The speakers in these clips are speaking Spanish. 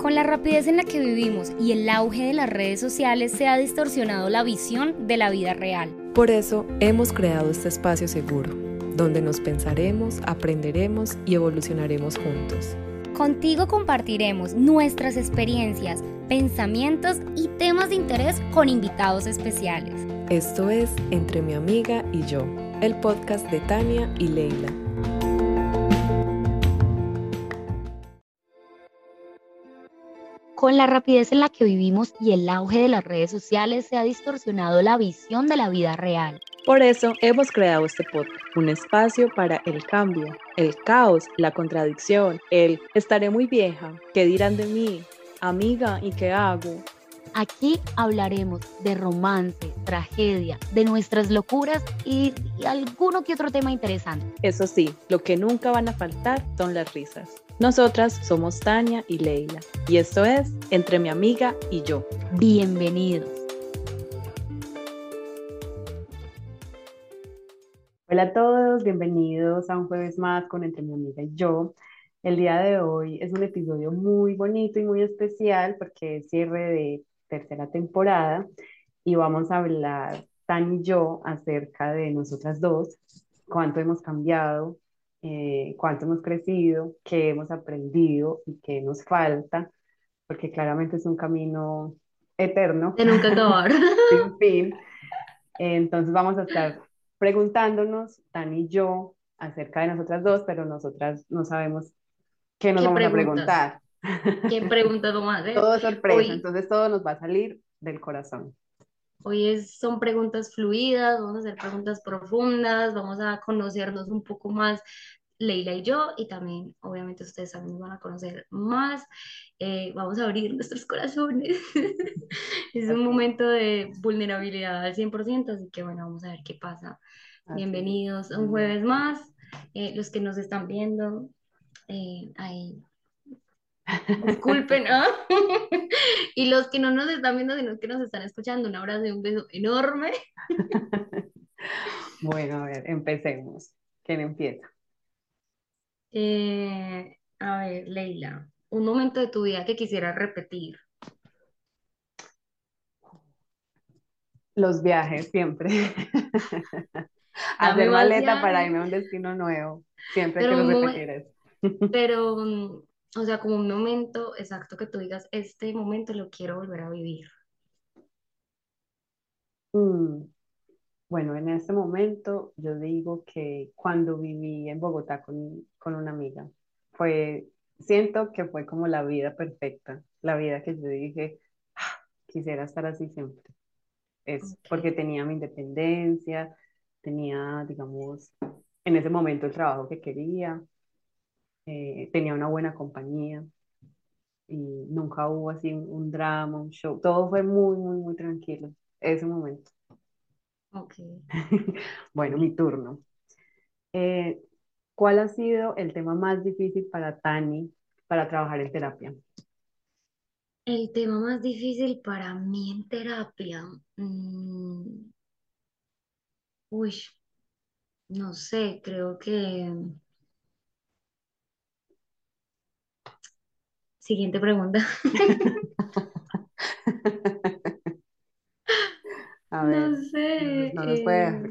Con la rapidez en la que vivimos y el auge de las redes sociales se ha distorsionado la visión de la vida real. Por eso hemos creado este espacio seguro, donde nos pensaremos, aprenderemos y evolucionaremos juntos. Contigo compartiremos nuestras experiencias, pensamientos y temas de interés con invitados especiales. Esto es Entre mi amiga y yo, el podcast de Tania y Leila. Con la rapidez en la que vivimos y el auge de las redes sociales se ha distorsionado la visión de la vida real. Por eso hemos creado este podcast, un espacio para el cambio, el caos, la contradicción, el estaré muy vieja, ¿qué dirán de mí? Amiga, ¿y qué hago? Aquí hablaremos de romance, tragedia, de nuestras locuras y alguno que otro tema interesante. Eso sí, lo que nunca van a faltar son las risas. Nosotras somos Tania y Leila, y esto es Entre mi amiga y yo. Bienvenidos. Hola a todos, bienvenidos a un jueves más con Entre mi amiga y yo. El día de hoy es un episodio muy bonito y muy especial porque es cierre de tercera temporada y vamos a hablar, Tan y yo, acerca de nosotras dos, cuánto hemos cambiado, cuánto hemos crecido, qué hemos aprendido y qué nos falta, porque claramente es un camino eterno, De nunca acabar. sin fin. Entonces vamos a estar preguntándonos, Tan y yo, acerca de nosotras dos, pero nosotras no sabemos qué nos ¿Qué vamos a preguntas? preguntar. ¿Qué preguntas vamos a hacer? Todo es sorpresa, Hoy, entonces todo nos va a salir del corazón. son preguntas fluidas, vamos a hacer preguntas profundas, vamos a conocernos un poco más, Leila y yo, y también, obviamente, ustedes también nos van a conocer más. Vamos a abrir nuestros corazones. Es un Así, momento de vulnerabilidad al 100%, así que bueno, vamos a ver qué pasa. así es. Bienvenidos a un jueves más. Los que nos están viendo, ahí, disculpen, ¿ah? Y los que no nos están viendo, sino que nos están escuchando, un abrazo y un beso enorme. Bueno, a ver, empecemos. ¿Quién empieza? A ver, Leila, un momento de tu vida que quisieras repetir. Los viajes, siempre. Dame Hacer más maleta para viajes, irme a un destino nuevo. Siempre pero quiero un repetir momento, eso. pero, o sea, como un momento exacto que tú digas, este momento lo quiero volver a vivir. Mm, Bueno, en este momento yo digo que cuando viví en Bogotá con una amiga, fue, siento que fue como la vida perfecta, la vida que yo dije, "Ah, quisiera estar así siempre". Es Ok, porque tenía mi independencia, tenía, digamos, en ese momento el trabajo que quería, tenía una buena compañía y nunca hubo así un drama, un show, todo fue muy, muy, muy tranquilo, ese momento. ok. Bueno, mi turno. Eh, ¿Cuál ha sido el tema más difícil para Tani para trabajar en terapia? El tema más difícil para mí en terapia. Uy, no sé, creo que... Siguiente pregunta. A No ver, sé, no nos puede dejar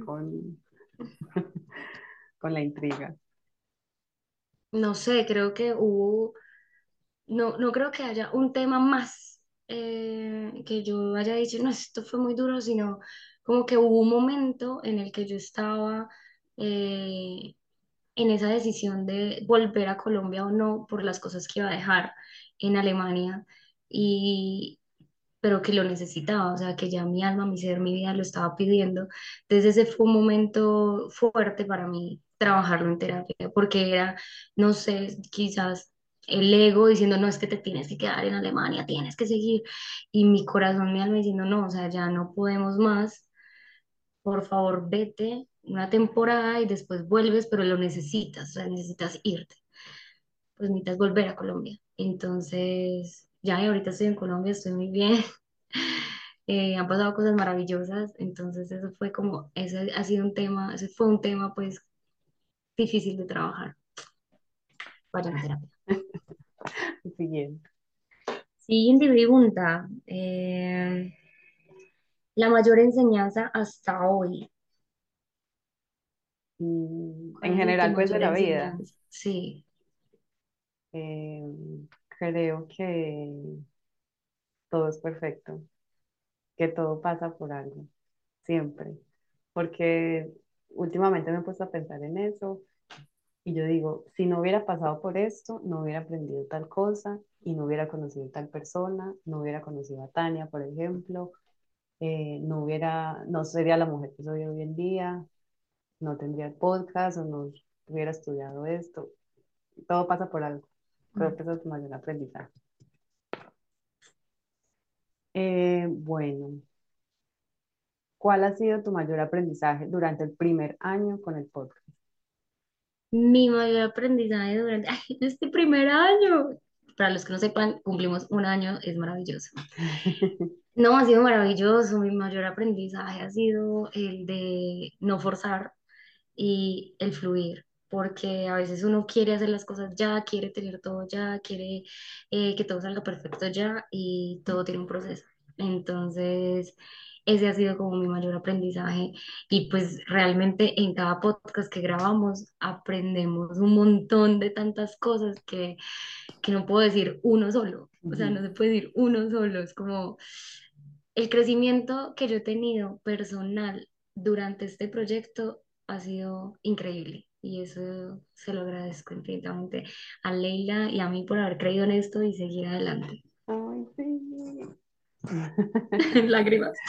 con la intriga. no sé, creo que hubo, no creo que haya un tema más que yo haya dicho, no, esto fue muy duro, sino como que hubo un momento en el que yo estaba eh, en esa decisión de volver a Colombia o no por las cosas que iba a dejar en Alemania y pero que lo necesitaba, o sea, que ya mi alma, mi ser, mi vida lo estaba pidiendo. Entonces ese fue un momento fuerte para mí trabajarlo en terapia, porque era, no sé, quizás el ego diciendo, no, es que te tienes que quedar en Alemania, tienes que seguir, y mi corazón, mi alma diciendo, no, o sea, ya no podemos más, por favor, vete una temporada y después vuelves, pero lo necesitas, o sea, necesitas irte, pues necesitas volver a Colombia. Entonces, ya y ahorita estoy en Colombia, estoy muy bien. Han pasado cosas maravillosas, entonces eso fue como, ese ha sido un tema, ese fue un tema pues difícil de trabajar. Vayan a terapia. Siguiente. Siguiente pregunta. La mayor enseñanza hasta hoy. En ¿Cuál es tu general, pues de mayor la vida, enseñanza? Sí. eh, creo que todo es perfecto, que todo pasa por algo, siempre. Porque últimamente me he puesto a pensar en eso y yo digo, si no hubiera pasado por esto, no hubiera aprendido tal cosa y no hubiera conocido tal persona, no hubiera conocido a Tania, por ejemplo, no sería la mujer que soy hoy en día, no tendría el podcast o no hubiera estudiado esto. Todo pasa por algo. Creo que eso es tu mayor aprendizaje. Bueno, ¿cuál ha sido tu mayor aprendizaje durante el primer año con el podcast? Mi mayor aprendizaje durante este primer año. Para los que no sepan, cumplimos un año, es maravilloso. No, ha sido maravilloso. Mi mayor aprendizaje ha sido el de no forzar y el fluir, porque a veces uno quiere hacer las cosas ya, quiere tener todo ya, quiere que todo salga perfecto ya y todo tiene un proceso. Entonces, ese ha sido como mi mayor aprendizaje y pues realmente en cada podcast que grabamos aprendemos un montón de tantas cosas que no puedo decir uno solo, o sea, no Ujú. se puede decir uno solo, es como el crecimiento que yo he tenido personal durante este proyecto ha sido increíble y eso se lo agradezco infinitamente a Leila y a mí por haber creído en esto y seguir adelante. Ay, sí. Lágrimas.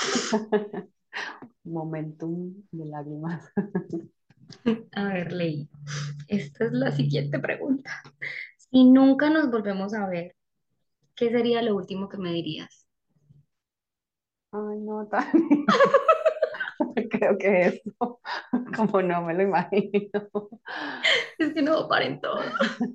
Momentum de lágrimas. A ver, Leila, esta es la siguiente pregunta. Si nunca nos volvemos a ver, ¿qué sería lo último que me dirías? Ay, no, Tani. Creo que eso, como no me lo imagino. Es que no paren todo.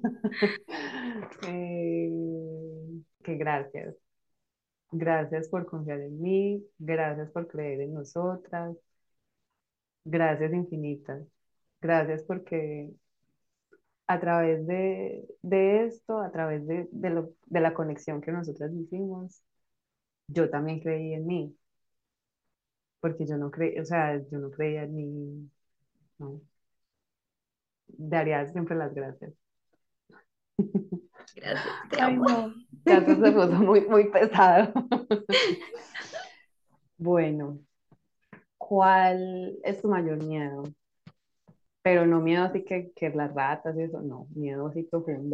Que gracias. Gracias por confiar en mí. Gracias por creer en nosotras. Gracias infinitas. Gracias porque a través de esto, a través de la conexión que nosotras hicimos, yo también creí en mí, porque yo no creí, o sea, yo no creía en mí, no. Daría siempre las gracias. Gracias, te Ay, amo. no, ya esto se puso muy, muy pesado. Bueno, ¿cuál es tu mayor miedo? Pero no miedo así que las ratas y eso, no, miedo así profundo.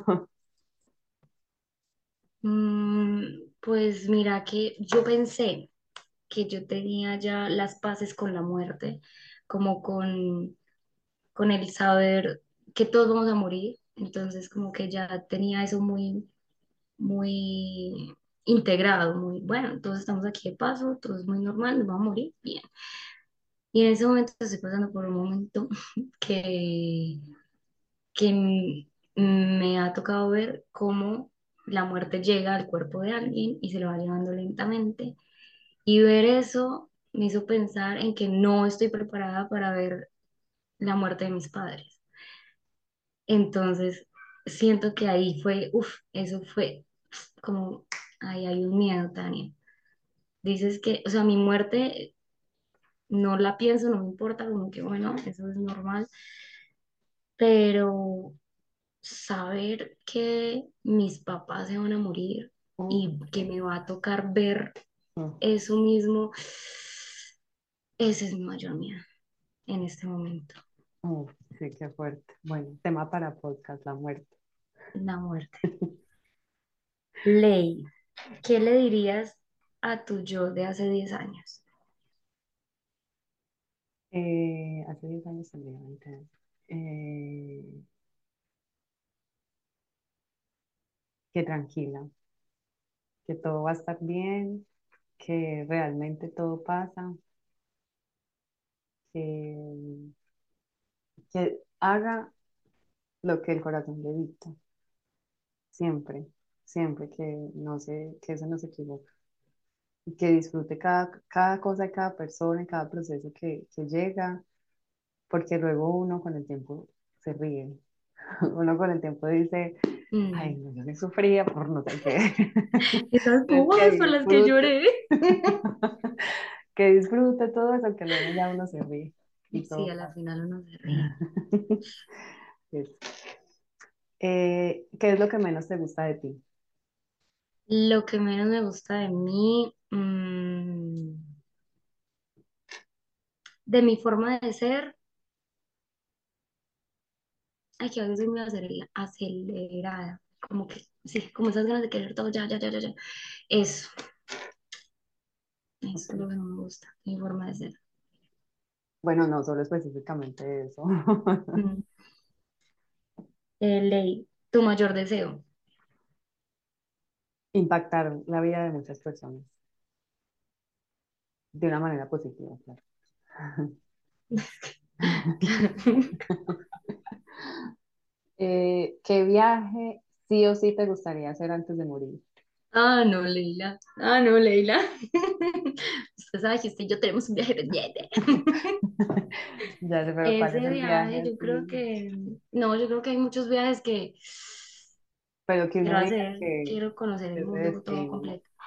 Pues mira que yo pensé que yo tenía ya las paces con la muerte, como con el saber que todos vamos a morir. Entonces como que ya tenía eso muy, muy integrado, muy bueno, todos estamos aquí de paso, todo es muy normal, nos vamos a morir, bien. Y en ese momento estoy pasando por un momento que, me ha tocado ver cómo la muerte llega al cuerpo de alguien y se lo va llevando lentamente. Y ver eso me hizo pensar en que no estoy preparada para ver la muerte de mis padres. Entonces, siento que ahí fue, uff, eso fue como, ahí hay un miedo, Tania. Dices que, o sea, mi muerte no la pienso, no me importa, como que bueno, eso es normal, pero saber que mis papás se van a morir Uf, y que me va a tocar ver uf, eso mismo, ese es mi mayor miedo en este momento, uf, sí, qué fuerte. Bueno, tema para podcast, la muerte. la muerte. Ley, ¿qué le dirías a tu yo de hace 10 años? Hace 10 años tendría 20 años. Eh, que tranquila, que todo va a estar bien, que realmente todo pasa, que, que haga lo que el corazón le dicta, siempre, siempre, que eso no se equivoque, y que disfrute cada cosa, cada persona, y cada proceso que llega, porque luego uno con el tiempo se ríe, uno con el tiempo dice, Ay, Mm. no, yo sí sufría por no sé qué. Esas Es que bobas son las que disfrute, lloré. que disfrute todo eso, que luego ya uno se ríe y Sí, todo a la pasa. final uno se ríe. Eso. ¿Qué es lo que menos te gusta de ti? Lo que menos me gusta de mí, de mi forma de ser, ay, que a veces soy muy acelerada, como que, sí, como esas ganas de querer todo ya, ya, ya, ya, ya. Eso, Ok. eso es lo que no me gusta, mi forma de ser. Bueno, no solo específicamente eso. Mm. Ley, tu mayor deseo. Impactar la vida de muchas personas de una manera positiva, claro. Claro. ¿Qué viaje sí o sí te gustaría hacer antes de morir? Ah, no, Leila. Ah, no, Leila. Usted sabe que usted y yo tenemos un viaje pendiente. Ya sé, pero ¿cuál es Ese el viaje viaje, yo creo así? que, no, yo creo que hay muchos viajes que Pero que quiero uno diga hacer, quiero conocer el que ese mundo todo destino. completo.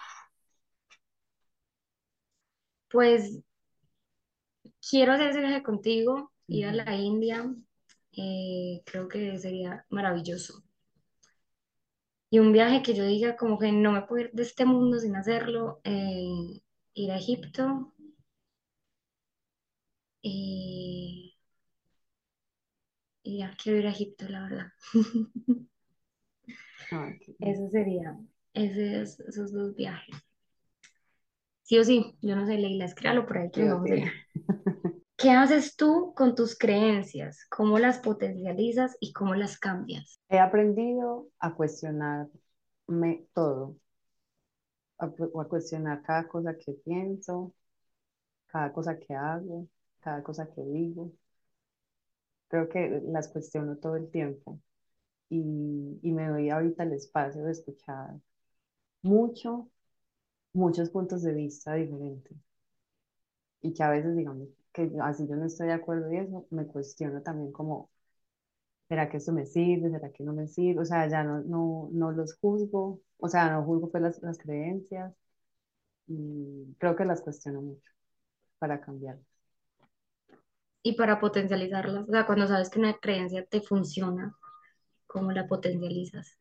Pues quiero hacer ese viaje contigo, ir a Ujú. la India, creo que sería maravilloso. Y un viaje que yo diga como que no me puedo ir de este mundo sin hacerlo, ir a Egipto, y ya quiero ir a Egipto, la verdad. Ay, qué Eso lindo. sería, esos dos viajes. Sí o sí, yo no sé, Leila, escríbalo por ahí que Sí nos o vamos sí. a ir. ¿Qué haces tú con tus creencias? ¿Cómo las potencializas y cómo las cambias? He aprendido a cuestionarme todo, a cuestionar cada cosa que pienso, cada cosa que hago, cada cosa que digo. Creo que las cuestiono todo el tiempo y me doy ahorita el espacio de escuchar mucho, muchos puntos de vista diferentes. Y que a veces, digamos, que así yo no estoy de acuerdo y eso, me cuestiono también como, ¿será que esto me sirve? ¿Será que no me sirve? O sea, ya no los juzgo, o sea, no juzgo pues las creencias y creo que las cuestiono mucho para cambiar. Y para potencializarlas, o sea, cuando sabes que una creencia te funciona, ¿cómo la potencializas?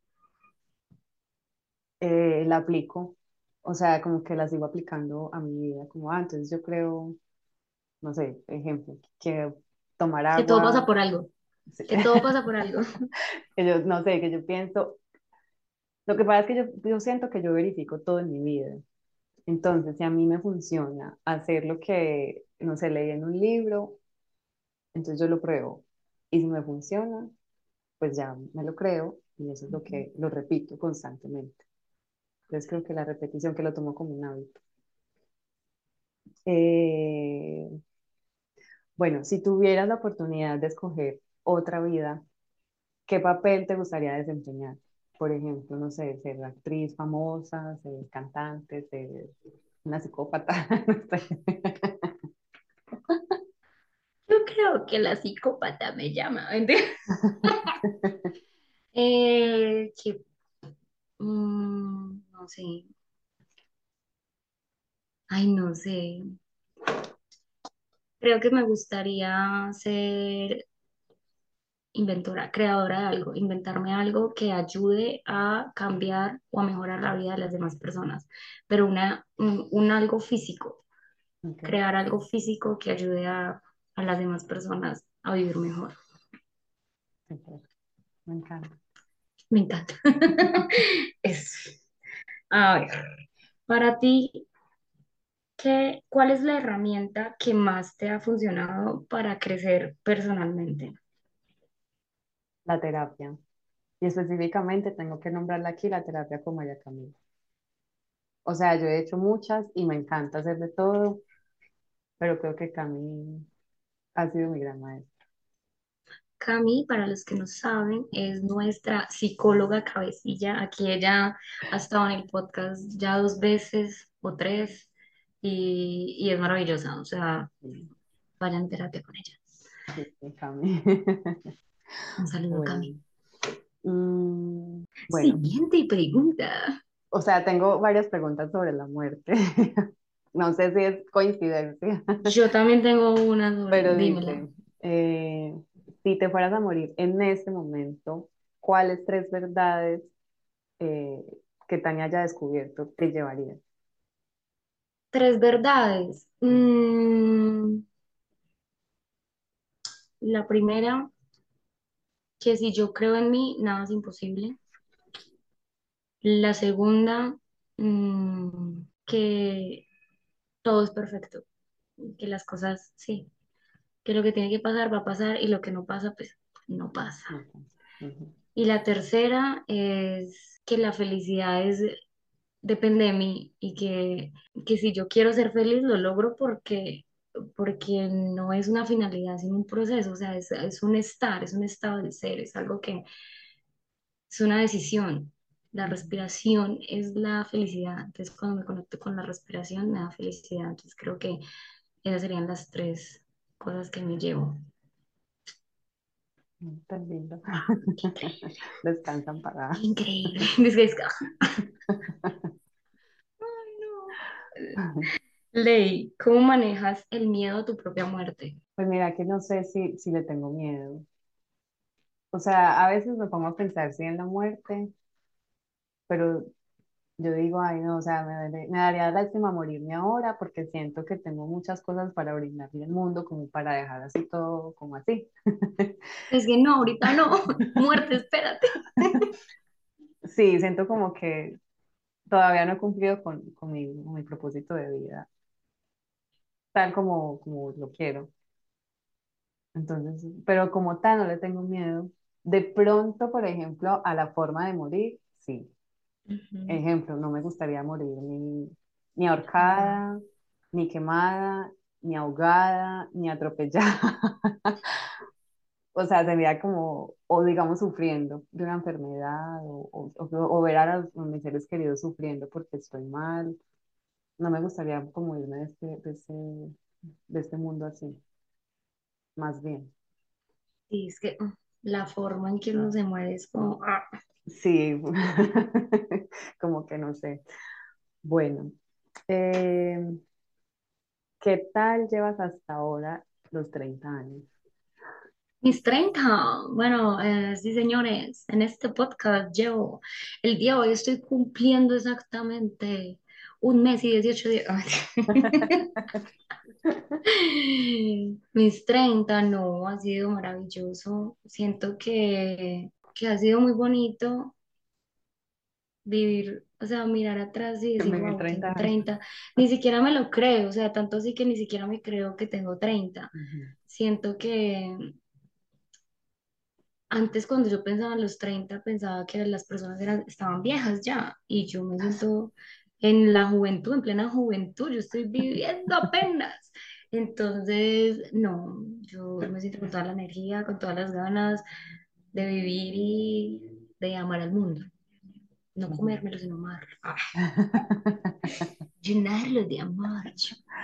La aplico, o sea, como que la sigo aplicando a mi vida, como, entonces yo creo, no sé, ejemplo, que tomar Que todo pasa agua, por algo, sí, que todo pasa por algo. que yo, no sé, que yo pienso, lo que pasa es que yo siento que yo verifico todo en mi vida. Entonces, si a mí me funciona hacer lo que, no sé, leí en un libro, entonces yo lo pruebo. Y si me funciona, pues ya me lo creo y eso es lo que lo repito constantemente. Entonces creo que la repetición que lo tomo como un hábito. Eh, bueno, si tuvieras la oportunidad de escoger otra vida, ¿qué papel te gustaría desempeñar? Por ejemplo, no sé, ser actriz famosa, ser cantante, ser una psicópata, no sé. Yo creo que la psicópata me llama. ¿Entiendes? Que, no sé, ay, no sé. Creo que me gustaría ser inventora, creadora de algo, inventarme algo que ayude a cambiar o a mejorar la vida de las demás personas, pero un algo físico, Ok, crear algo físico que ayude a las demás personas a vivir mejor. súper, me encanta. Me encanta. Eso. A ver, para ti, ¿cuál es la herramienta que más te ha funcionado para crecer personalmente? La terapia. Y específicamente tengo que nombrarla aquí, la terapia con María Camila. O sea, yo he hecho muchas y me encanta hacer de todo, pero creo que Cami ha sido mi gran maestra. Cami, para los que no saben, es nuestra psicóloga cabecilla. Aquí ella ha estado en el podcast ya dos veces o tres y es maravillosa. O sea, Sí, vayan a terapia con ella. sí, sí, Cami. Un saludo, Cami. Bueno, Bueno, Siguiente pregunta. o sea, tengo varias preguntas sobre la muerte. No sé si es coincidencia, Yo también tengo una sobre, pero dímela. dice, eh, si te fueras a morir en este momento, ¿cuáles tres verdades eh, que Tania haya descubierto te llevarías? Tres verdades. La primera, que si yo creo en mí, nada es imposible. La segunda, que todo es perfecto, que las cosas, sí, que lo que tiene que pasar va a pasar y lo que no pasa, pues no pasa. No sé. Ujú. Y la tercera es que la felicidad depende de mí y que si yo quiero ser feliz, lo logro porque no es una finalidad, sino un proceso, o sea, es un estar, es un estado del ser, es algo que es una decisión. La Ujú. respiración es la felicidad. Entonces, cuando me conecto con la respiración, me da felicidad. Entonces, creo que esas serían las tres cosas que me llevo. Tan lindo. Qué increíble, Descansan qué para. increíble. Es que, ay, no. Ley, ¿cómo manejas el miedo a tu propia muerte? Pues mira que no sé si le tengo miedo. O sea, a veces me pongo a pensar sí en la muerte, pero yo digo, ay no, o sea, me daría lástima morirme ahora porque siento que tengo muchas cosas para brindarle al mundo como para dejar así todo como así. Es que no, ahorita no. Muerte, espérate. Sí, siento como que todavía no he cumplido con mi propósito de vida, tal como lo quiero. Entonces, pero como tal no le tengo miedo. De pronto, por ejemplo, a la forma de morir, sí. Ujú. Ejemplo, no me gustaría morir ni Ahogada. ahorcada, ni quemada, ni ahogada, ni atropellada. O sea, sería como, o digamos, sufriendo de una enfermedad, o ver a mis seres queridos sufriendo porque estoy mal. No me gustaría como irme de este mundo así, más bien. Y es que la forma en que uno se muere es como, Sí, como que no sé. Bueno, eh, ¿qué tal llevas hasta ahora los 30 años? mis 30. Bueno, sí, señores, en este podcast llevo, el día de hoy estoy cumpliendo exactamente un mes y 18 días. Mis 30 no, ha sido maravilloso. Siento que ha sido muy bonito vivir, o sea, mirar atrás y decir, Vivir wow, 30 tengo años. 30. Ni siquiera me lo creo, o sea, tanto así que ni siquiera me creo que tengo 30. Ujú. Siento que antes, cuando yo pensaba en los 30 pensaba que las personas estaban viejas ya, y yo me siento en la juventud, en plena juventud, yo estoy viviendo apenas. Entonces, no, yo me siento con toda la energía, con todas las ganas de vivir y de amar al mundo. No Ujú. comérmelo, sino amar. Llenarlo de amor.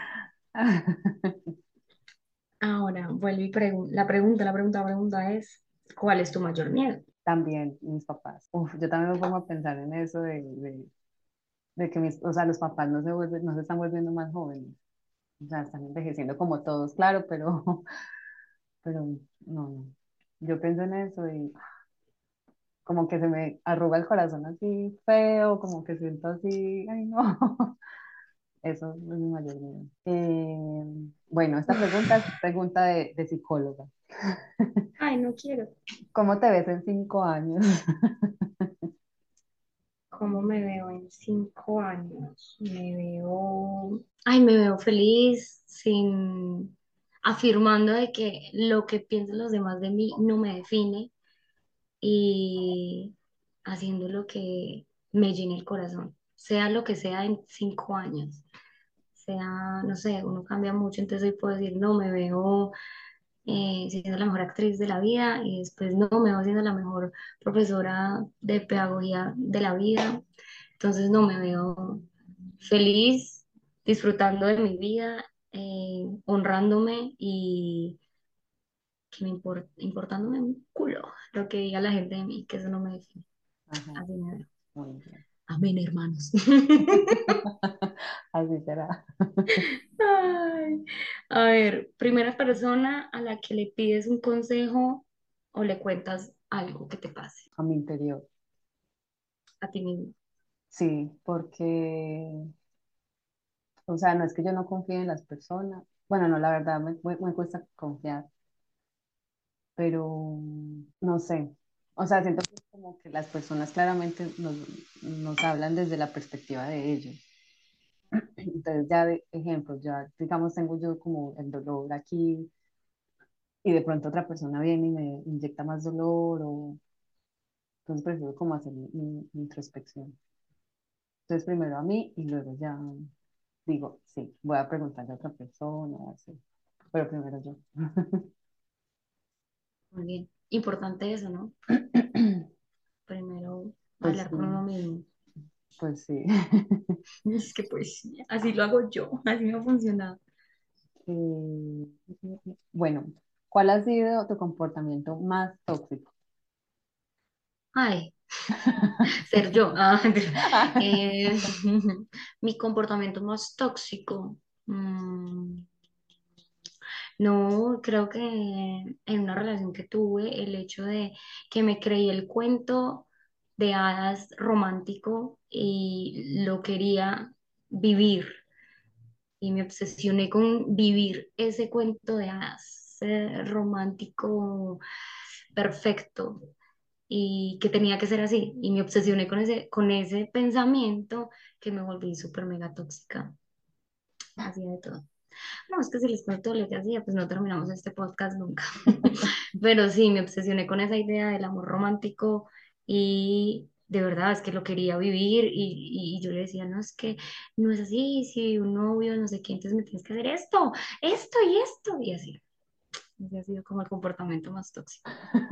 Ahora, vuelvo y la pregunta es, ¿cuál es tu mayor miedo? También mis papás. Uf, yo también me pongo a pensar en eso de que o sea, los papás no se están volviendo más jóvenes. O sea, están envejeciendo como todos, claro, pero, pero no, no. Yo pienso en eso y como que se me arruga el corazón así feo, como que siento así, ay no. Eso es mi mayor miedo. Bueno, esta Uf, pregunta es pregunta de psicóloga. ay, no quiero. ¿Cómo te ves en 5 años? ¿Cómo me veo en 5 años? Me veo feliz, afirmando de que lo que piensan los demás de mí no me define y haciendo lo que me llene el corazón, sea lo que sea en 5 años. Sea, no sé, uno cambia mucho, entonces hoy puedo decir, no, me veo siendo la mejor actriz de la vida y después no, me veo siendo la mejor profesora de pedagogía de la vida. Entonces no, me veo feliz, disfrutando de mi vida, honrándome y importándome un culo lo que diga la gente de mí, que eso no me define. Ajá, Así me veo. muy bien. Amén, hermanos. Así será. Ay, a ver, primera persona a la que le pides un consejo o le cuentas algo que te pase A mi interior. a ti mismo. Sí, porque, o sea, no es que yo no confíe en las personas. Bueno, no, la verdad me cuesta confiar, pero no sé. O sea, siento que como que las personas claramente nos hablan desde la perspectiva de ellos. Entonces, ya de ejemplo, ya digamos, tengo yo como el dolor aquí y de pronto otra persona viene y me inyecta más dolor o entonces prefiero como hacer mi introspección. Entonces, primero a mí y luego ya digo, sí, voy a preguntarle a otra persona, así, pero primero yo. Muy bien. Importante eso, ¿no? Primero Pues hablar sí, con uno mismo. pues sí. Es que pues sí, así lo hago yo, así me ha funcionado. Eh, bueno, ¿cuál ha sido tu comportamiento más tóxico? Ay, ser yo. Eh, mi comportamiento más tóxico. Mm, no, creo que en una relación que tuve, el hecho de que me creí el cuento de hadas romántico y lo quería vivir y me obsesioné con vivir ese cuento de hadas romántico perfecto y que tenía que ser así y me obsesioné con ese pensamiento que me volví súper mega tóxica, hacía de todo. No, es que si les cuento lo que hacía, pues no terminamos este podcast nunca. Pero sí, me obsesioné con esa idea del amor romántico y de verdad es que lo quería vivir y yo le decía, no, es que no es así, si un novio, no sé qué, entonces me tienes que hacer esto y así. Ese ha sido como el comportamiento más tóxico.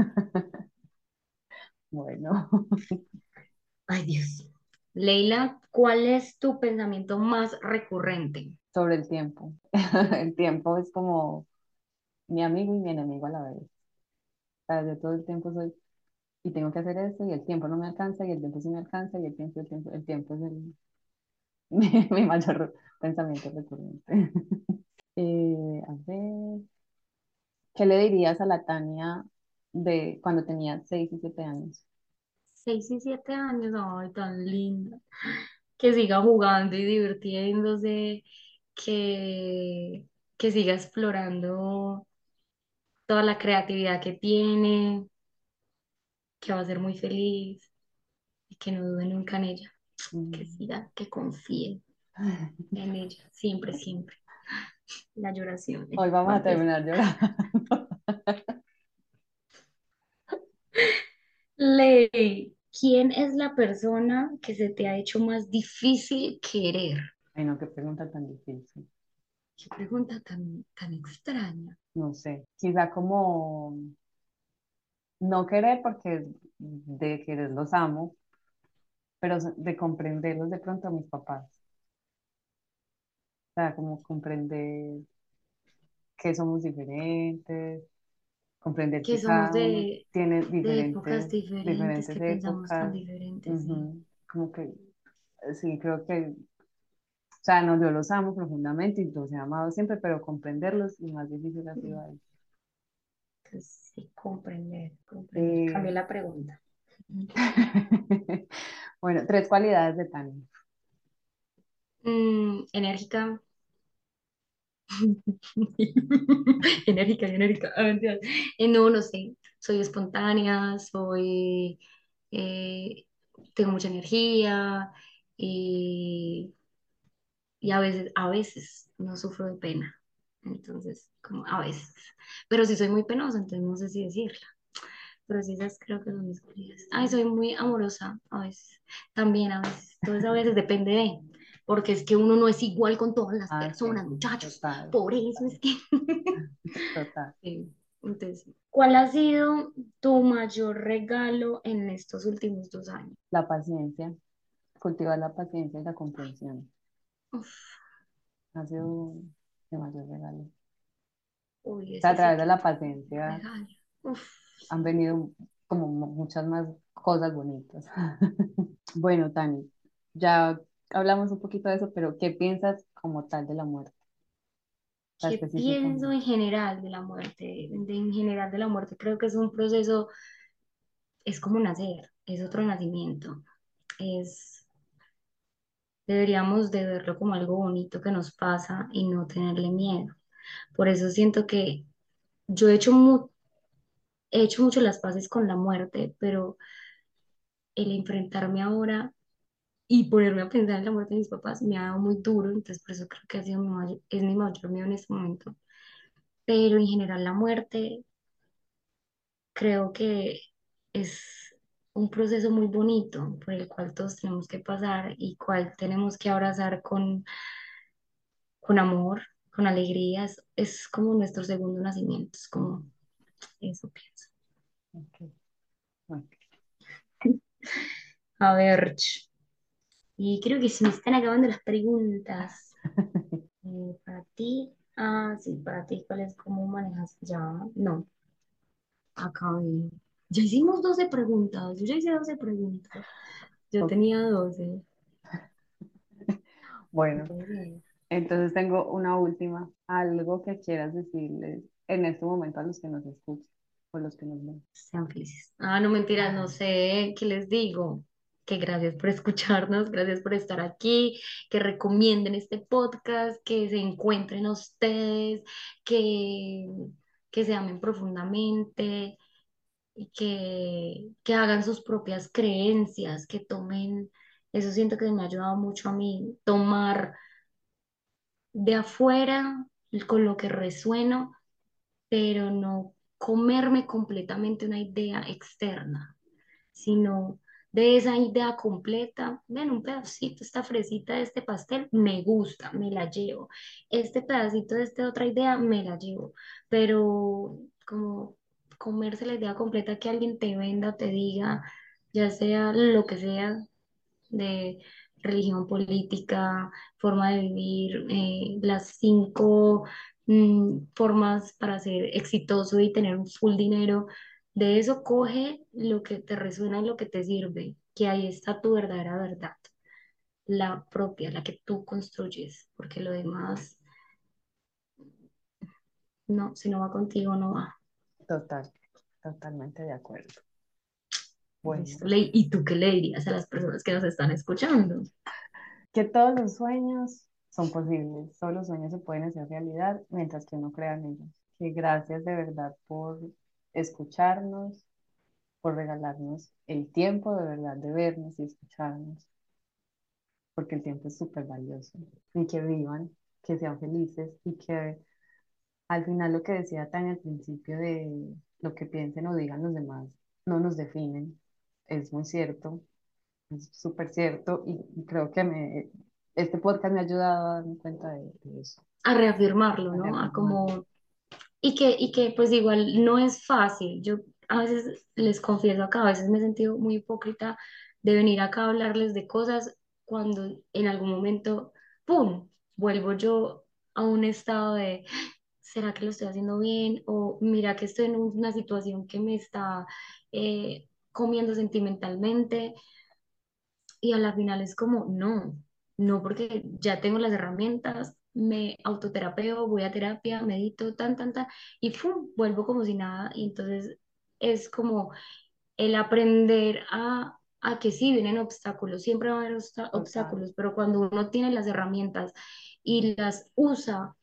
Bueno, Ay, Dios. Leila, ¿cuál es tu pensamiento más recurrente? sobre el tiempo. El tiempo es como mi amigo y mi enemigo a la vez. O sea, yo todo el tiempo soy, y tengo que hacer esto, y el tiempo no me alcanza, y el tiempo sí me alcanza, y el tiempo es mi mayor pensamiento recurrente. A ver, ¿qué le dirías a la Tania de cuando tenía 6 y 7 años? 6 y 7 años, ay, tan linda. Que siga jugando y divirtiéndose, que, que siga explorando toda la creatividad que tiene, que va a ser muy feliz y que no dude nunca en ella, que Mm. siga, que confíe en ella, siempre, siempre. La lloración Hoy vamos va a a empezar. terminar llorando. Ley, ¿quién es la persona que se te ha hecho más difícil querer? Ay, no, qué pregunta tan difícil. Qué pregunta tan extraña. No sé, quizá como no querer porque de querer los amo, pero de comprenderlos de pronto a mis papás. O sea, como comprender que somos diferentes, comprender Que que somos cada uno tiene de épocas diferentes, diferentes que pensamos tan épocas. diferentes, sí. Ujú. Como que sí, creo que, o sea, no, yo los amo profundamente y los he amado siempre, pero comprenderlos y más difícil ha sido ahí. Entonces, sí, comprender, comprender. Eh, Cambié la pregunta. bueno, tres cualidades de Tania. Enérgica. Enérgica, enérgica. Ah, mentiras. No, no sé. Soy espontánea, eh, tengo mucha energía y a veces no sufro de pena. Entonces, como a veces. Pero sí soy muy penosa, entonces no sé si decirla. Pero sí, esas creo que son mis cualidades. Ay, soy muy amorosa a veces. También a veces. Todo eso a veces depende de. Porque es que uno no es igual con todas las Ah, sí, personas, muchachos. total, Por eso total, es que. total. Sí. Entonces, ¿cuál ha sido tu mayor regalo en estos últimos 2 años? La paciencia, cultivar la paciencia y la comprensión. Uf, Ha sido mi mayor regalo. Uy, sea, a ese sí través de que la fue un paciencia regalo. Uf, han sí. venido como muchas más cosas bonitas. Bueno, Tani, ya hablamos un poquito de eso, pero ¿qué piensas como tal de la muerte? O sea, ¿Qué pienso específicamente. en general de la muerte? En general de la muerte, creo que es un proceso, es como nacer, es otro nacimiento. Es, deberíamos de verlo como algo bonito que nos pasa y no tenerle miedo. Por eso siento que yo he hecho mucho las paces con la muerte, pero el enfrentarme ahora y ponerme a pensar en la muerte de mis papás me ha dado muy duro, entonces por eso creo que ha sido es mi mayor miedo en este momento. Pero en general la muerte creo que es un proceso muy bonito por el cual todos tenemos que pasar y cual tenemos que abrazar con amor, con alegría. Es como nuestro segundo nacimiento, es como eso pienso. Ok, bueno. A ver, y creo que se me están acabando las preguntas. Para ti, sí, para ti, ¿cuál es cómo manejas ya? No, acabé. Ya hicimos 12 preguntas, yo ya hice 12 preguntas. Yo Ok, tenía 12. No bueno, puede ser. entonces tengo una última. Algo que quieras decirles en este momento a los que nos escuchan o los que nos ven. Sean felices. No mentiras, no sé qué les digo. Que gracias por escucharnos, gracias por estar aquí, que recomienden este podcast, que se encuentren a ustedes, que, que se amen profundamente y que hagan sus propias creencias, que tomen, eso siento que me ha ayudado mucho a mí, tomar de afuera con lo que resueno, pero no comerme completamente una idea externa, sino de esa idea completa, ven un pedacito, esta fresita de este pastel me gusta, me la llevo, este pedacito de esta otra idea me la llevo, pero como comerse la idea completa que alguien te venda, te diga, ya sea lo que sea, de religión política, forma de vivir, las 5 formas para ser exitoso y tener un full dinero. De eso coge lo que te resuena y lo que te sirve, que ahí está tu verdadera verdad, la propia, la que tú construyes, porque lo demás, no, si no va contigo, no va. Total, totalmente de acuerdo. Bueno, Listo. ¿Y tú qué le dirías a las personas que nos están escuchando? que todos los sueños son posibles, todos los sueños se pueden hacer realidad mientras que uno crea en ellos. Que gracias de verdad por escucharnos, por regalarnos el tiempo de verdad de vernos y escucharnos, porque el tiempo es súper valioso. Y que vivan, que sean felices y que al final lo que decía tan al principio de lo que piensen o digan los demás no nos definen, es muy cierto, es súper cierto y creo que este podcast me ha ayudado a darme cuenta de eso, A reafirmarlo, a ¿no? A reafirmarlo. como y que pues igual no es fácil. Yo a veces les confieso acá, a veces me he sentido muy hipócrita de venir acá a hablarles de cosas cuando en algún momento, ¡pum!, vuelvo yo a un estado de, ¿será que lo estoy haciendo bien? O mira que estoy en una situación que me está comiendo sentimentalmente. Y a la final es como, no, no, porque ya tengo las herramientas, me autoterapeo, voy a terapia, medito, y ¡fum!, vuelvo como si nada. Y entonces es como el aprender a que sí, vienen obstáculos, siempre va a haber Total. obstáculos, pero cuando uno tiene las herramientas y las usa,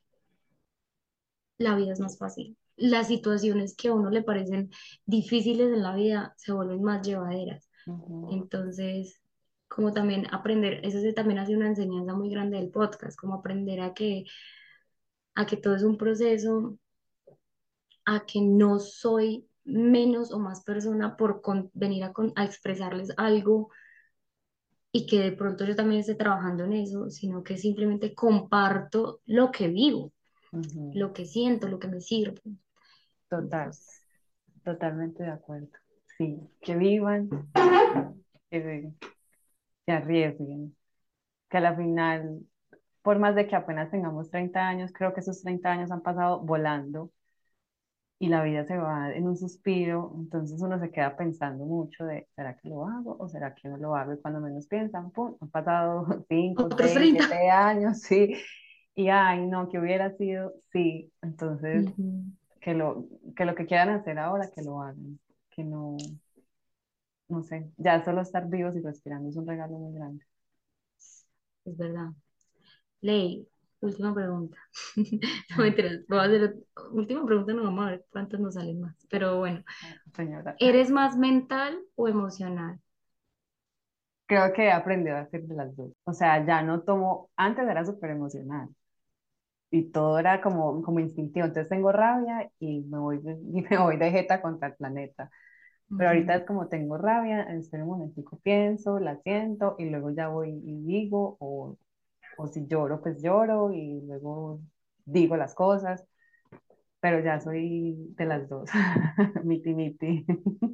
la vida es más fácil. Las situaciones que a uno le parecen difíciles en la vida se vuelven más llevaderas. Ujú, Entonces, como también aprender, eso sí también ha sido una enseñanza muy grande del podcast, como aprender a que todo es un proceso, a que no soy menos o más persona por venir a expresarles algo y que de pronto yo también esté trabajando en eso, sino que simplemente comparto lo que vivo, ujú. lo que siento, lo que me sirve. Total, Entonces, totalmente de acuerdo. Sí, que vivan, que se arriesguen, que a la final, por más de que apenas tengamos 30 años, creo que esos 30 años han pasado volando y la vida se va en un suspiro, entonces uno se queda pensando mucho de, ¿será que lo hago o será que no lo hago? Y cuando menos piensan, ¡pum!, han pasado 5, Otros 6, 30. 7 años, sí, y ay, no, que hubiera sido, sí, entonces Ujú. que lo que quieran hacer ahora, que lo hagan, que no, no sé, ya solo estar vivos y respirando es un regalo muy grande. Es verdad. Ley, última pregunta. No mentiras, voy a hacer última pregunta, no vamos a ver cuántas nos salen más. Pero bueno, Señora, ¿eres más mental o emocional? creo que he aprendido a hacer de las dos, o sea, ya no tomo, antes era súper emocional y todo era como instintivo. Entonces tengo rabia y y me voy de jeta contra el planeta. Pero ahorita Ujú. es como tengo rabia, espera un momentico, pienso, la siento y luego ya voy y digo, o si lloro, pues lloro y luego digo las cosas, pero ya soy de las dos, miti miti.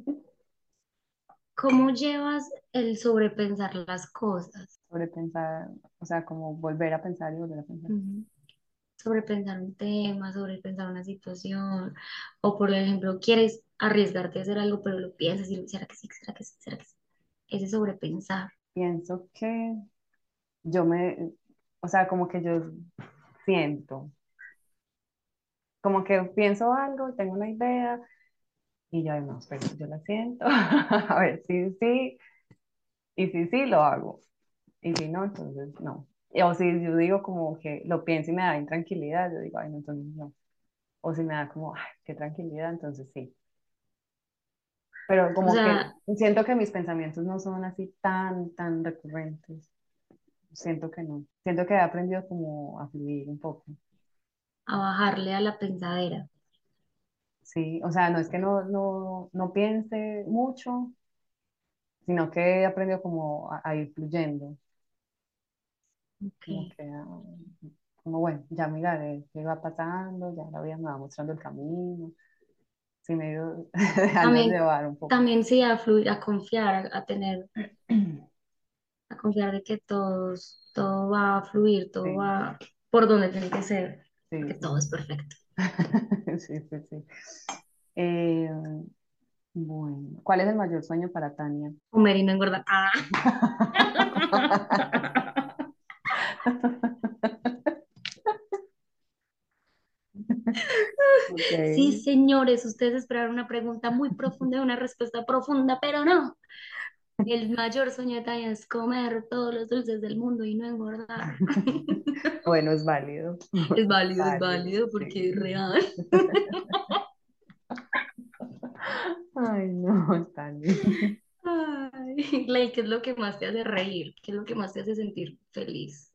¿Cómo llevas el sobrepensar las cosas? Sobrepensar, o sea, como volver a pensar y volver a pensar. Ujú. Sobrepensar un tema, sobrepensar una situación, o por ejemplo, quieres arriesgarte a hacer algo, pero lo piensas y ¿será que sí? ¿Será que sí? ¿Será que sí? Ese sobrepensar. Pienso que yo o sea, como que yo siento, como que pienso algo, tengo una idea y yo, "Ay, no, pero yo la siento, a ver, sí, sí, y sí, sí, lo hago, y si no, entonces no. O si yo digo como que lo pienso y me da intranquilidad, yo digo, ay, no, entonces no. O si me da como, ay, qué tranquilidad, entonces sí. Pero O como que sea, siento que mis pensamientos no son así tan recurrentes. Siento que no. Siento que he aprendido como a fluir un poco. a bajarle a la pensadera. Sí, o sea, no es que no piense mucho, sino que he aprendido como a ir fluyendo. Ok. Como que, como bueno, ya miraré qué va pasando, ya la vida me va mostrando el camino. Sí, me he ido dejando También, llevar un poco. también sí, a fluir, a confiar, a tener, a confiar de que todo va a fluir, todo Sí, va por donde tiene que ser, sí, porque sí, todo es perfecto. sí, sí, sí. Eh, bueno, ¿cuál es el mayor sueño para Tania? Comer y no engordar. ¡Ah! Ok. Sí, señores, ustedes esperaron una pregunta muy profunda y una respuesta profunda, pero no. El mayor sueño de Tania es comer todos los dulces del mundo y no engordar. Bueno, es válido. Es Válido, válido porque sí. es real. Ay, no, Tania. Ay, Ley, ¿qué es lo que más te hace reír? ¿Qué es lo que más te hace sentir feliz?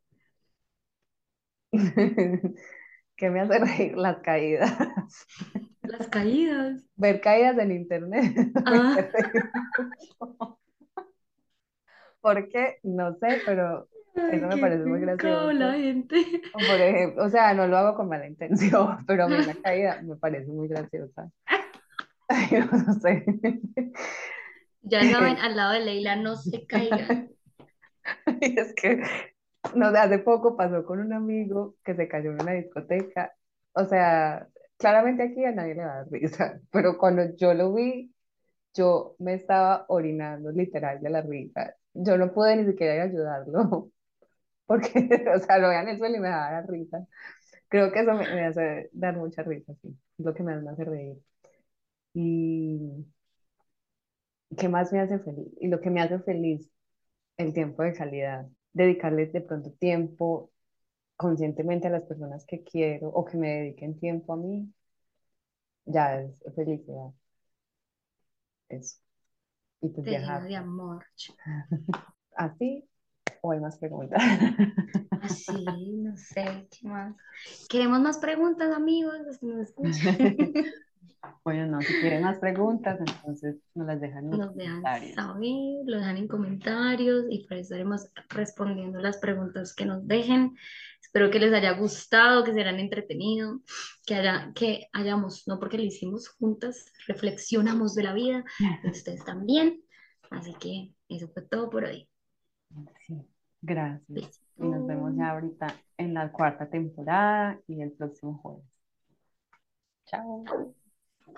¿Qué me hace reír? Las caídas. Las caídas. Ver caídas en internet me hace Ah, reír mucho. ¿Por qué? No sé, pero eso ay, me qué parece muy pecado la gracioso. gente. Por ejemplo, o sea, no lo hago con mala intención, pero a mí una caída me parece muy graciosa. Ay, no sé. Ya saben, al lado de Leila no se caigan. Y es que, no sé, hace poco pasó con un amigo que se cayó en una discoteca. O sea, claramente aquí a nadie le va a dar risa, pero cuando yo lo vi, yo me estaba orinando literal de la risa. Yo no pude ni siquiera ir a ayudarlo, porque, o sea, lo veía en el suelo y me daba la risa. Creo que eso me hace dar mucha risa, sí. Es lo que me hace reír. ¿Y qué más me hace feliz? Y lo que me hace feliz, el tiempo de calidad. Dedicarles de pronto tiempo conscientemente a las personas que quiero o que me dediquen tiempo a mí, ya es felicidad, eso. Y pues Te llena viajar. de amor. ¿Así o hay más preguntas? Así, no sé, ¿qué más? ¿Queremos más preguntas, amigos? Los que nos escuchan. Bueno, no, si quieren más preguntas, entonces nos las dejan en los Nos dejan comentarios. saber, lo dejan en comentarios y por eso estaremos respondiendo las preguntas que nos dejen. Espero que les haya gustado, que se hayan entretenido, que hayamos, no porque lo hicimos juntas, reflexionamos de la vida y ustedes también. Así que eso fue todo por hoy. Sí, gracias. Y nos vemos Besito. ya ahorita en la cuarta temporada y el próximo jueves. Chao.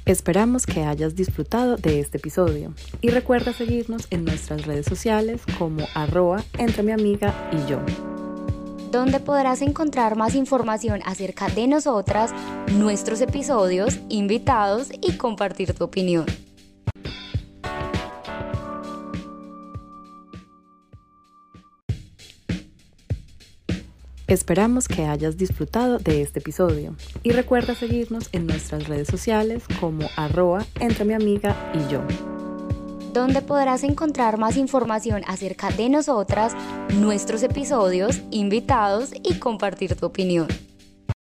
Esperamos que hayas disfrutado de este episodio y recuerda seguirnos en nuestras redes sociales como @entremiamiga y yo, donde podrás encontrar más información acerca de nosotras, nuestros episodios, invitados y compartir tu opinión. Esperamos que hayas disfrutado de este episodio y recuerda seguirnos en nuestras redes sociales como @entremiamiga y yo, donde podrás encontrar más información acerca de nosotras, nuestros episodios, invitados y compartir tu opinión.